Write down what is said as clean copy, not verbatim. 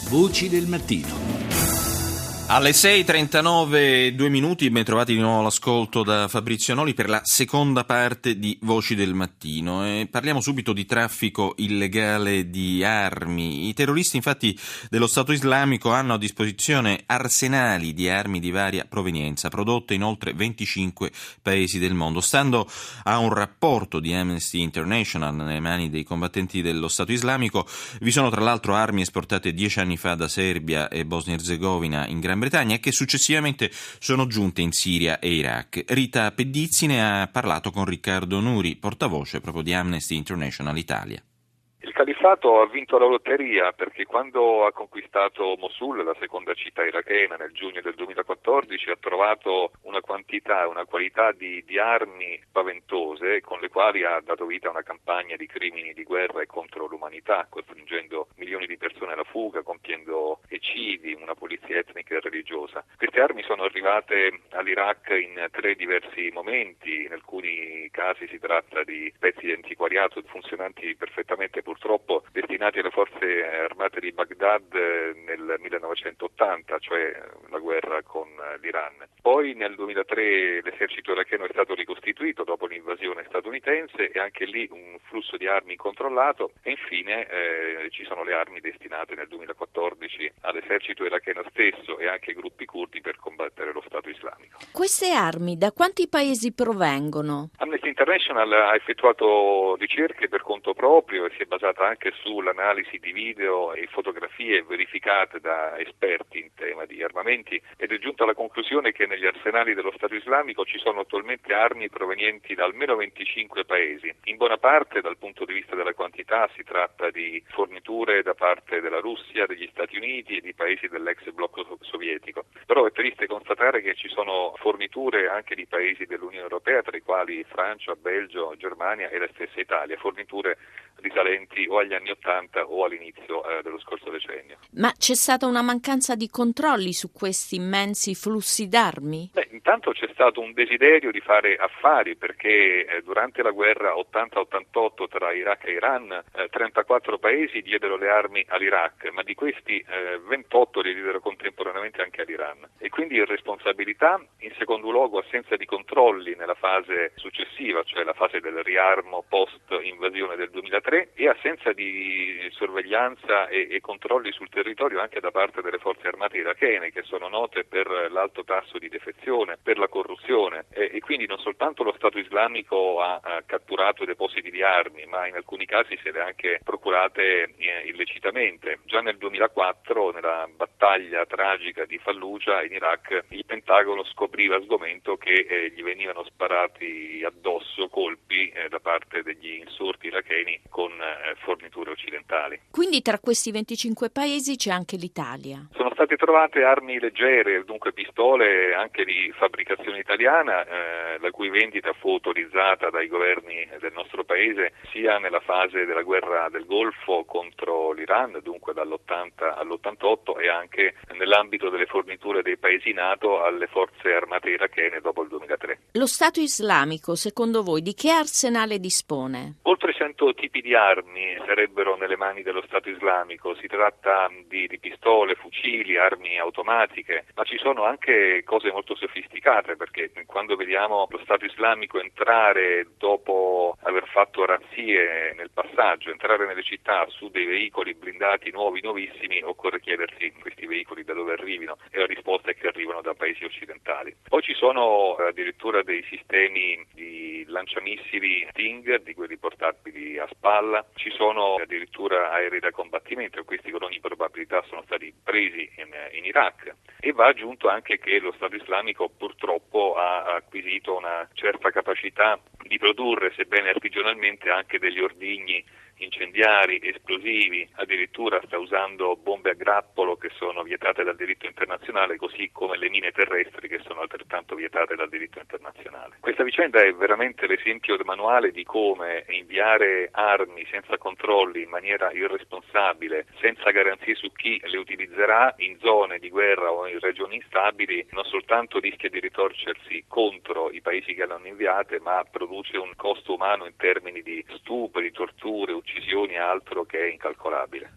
Voci del mattino. Alle 6:39, 2 minuti, ben trovati di nuovo all'ascolto da Fabrizio Noli per la seconda parte di Voci del Mattino. Parliamo subito di traffico illegale di armi. I terroristi, infatti, dello Stato Islamico hanno a disposizione arsenali di armi di varia provenienza, prodotte in oltre 25 paesi del mondo. Stando a un rapporto di Amnesty International nelle mani dei combattenti dello Stato Islamico, vi sono tra l'altro armi esportate 10 anni fa da Serbia e Bosnia-Herzegovina in Gran Bretagna e che successivamente sono giunte in Siria e Iraq. Rita Pedizzi ne ha parlato con Riccardo Nuri, portavoce proprio di Amnesty International Italia. Il califfato ha vinto la lotteria perché quando ha conquistato Mosul, la seconda città irachena, nel giugno del 2014, ha trovato una quantità e una qualità di armi spaventose con le quali ha dato vita a una campagna di crimini di guerra e contro l'umanità, costringendo milioni di persone alla fuga, compiendo eccidi, una pulizia etnica e religiosa. Queste armi sono arrivate all'Iraq in 3 diversi momenti, in alcuni casi si tratta di pezzi di antiquariato funzionanti perfettamente purtroppo destinati alle forze armate di Baghdad nel 1980, cioè la guerra con l'Iran. Poi nel 2003 l'esercito iracheno è stato ricostituito dopo l'invasione statunitense e anche lì un flusso di armi incontrollato e infine ci sono le armi destinate nel 2014 all'esercito iracheno stesso e anche ai gruppi curdi per combattere lo Stato islamico. Queste armi da quanti paesi provengono? Amnesty International ha effettuato ricerche per conto proprio e si è basata anche sull'analisi di video e fotografie verificate da esperti in tema di armamenti ed è giunta alla conclusione che negli arsenali dello Stato islamico ci sono attualmente armi provenienti da almeno 25 paesi. In buona parte, dal punto di vista della quantità, si tratta di forniture da parte della Russia, degli Stati Uniti e di paesi dell'ex blocco sovietico. Però è triste constatare che ci sono forniture anche di paesi dell'Unione Europea, tra i quali Francia, Belgio, Germania e la stessa Italia, forniture risalenti o agli anni '80 o all'inizio dello scorso decennio. Ma c'è stata una mancanza di controlli su questi immensi flussi d'armi? Intanto c'è stato un desiderio di fare affari perché durante la guerra 80-88 tra Iraq e Iran 34 paesi diedero le armi all'Iraq, ma di questi 28 le diedero contemporaneamente anche all'Iran. E quindi irresponsabilità, in secondo luogo assenza di controlli nella fase successiva, cioè la fase del riarmo post-invasione del 2003 e assenza di sorveglianza e controlli sul territorio anche da parte delle forze armate irachene che sono note per l'alto tasso di defezione, per la corruzione e quindi non soltanto lo Stato islamico ha catturato depositi di armi ma in alcuni casi se le ha anche procurate illecitamente. Già nel 2004 nella battaglia tragica di Fallujah in Iraq il Pentagono scopriva a sgomento che gli venivano sparati addosso colpi da parte degli insorti iracheni con forniture occidentali. Quindi tra questi 25 paesi c'è anche l'Italia? Sono state trovate armi leggere, dunque pistole anche di fabbricazione italiana, la cui vendita fu autorizzata dai governi del nostro paese sia nella fase della guerra del Golfo contro l'Iran, dunque dall'80 all'88 e anche nell'ambito delle forniture dei paesi NATO alle forze armate irachene dopo il 2003. Lo Stato islamico, secondo voi, di che arsenale dispone? Oltre 100 tipi di armi sarebbero nelle mani dello Stato islamico, si tratta di pistole, fucili, armi automatiche, ma ci sono anche cose molto sofisticate perché quando vediamo lo Stato islamico entrare dopo aver fatto razzie nel passaggio, entrare nelle città su dei veicoli blindati nuovissimi, occorre chiedersi questi veicoli da dove arrivino e la risposta è che arrivano da paesi occidentali. Poi ci sono addirittura dei sistemi di lanciamissili Stinger, di quelli portabili a spalla, ci sono addirittura aerei da combattimento, questi con ogni probabilità sono stati presi in Iraq e va aggiunto anche che lo Stato islamico purtroppo ha acquisito una certa capacità di produrre, sebbene artigianalmente, anche degli ordigni incendiari, esplosivi, addirittura sta usando bombe a grappolo che sono vietate dal diritto internazionale, così come le mine terrestri che sono altrettanto vietate dal diritto internazionale. Questa vicenda è veramente l'esempio manuale di come inviare armi senza controlli, in maniera irresponsabile, senza garanzie su chi le utilizzerà in zone di guerra o in regioni instabili, non soltanto rischia di ritorcersi contro i paesi che le hanno inviate, ma produce un costo umano in termini di stupri, torture, uccisioni e altro che è incalcolabile.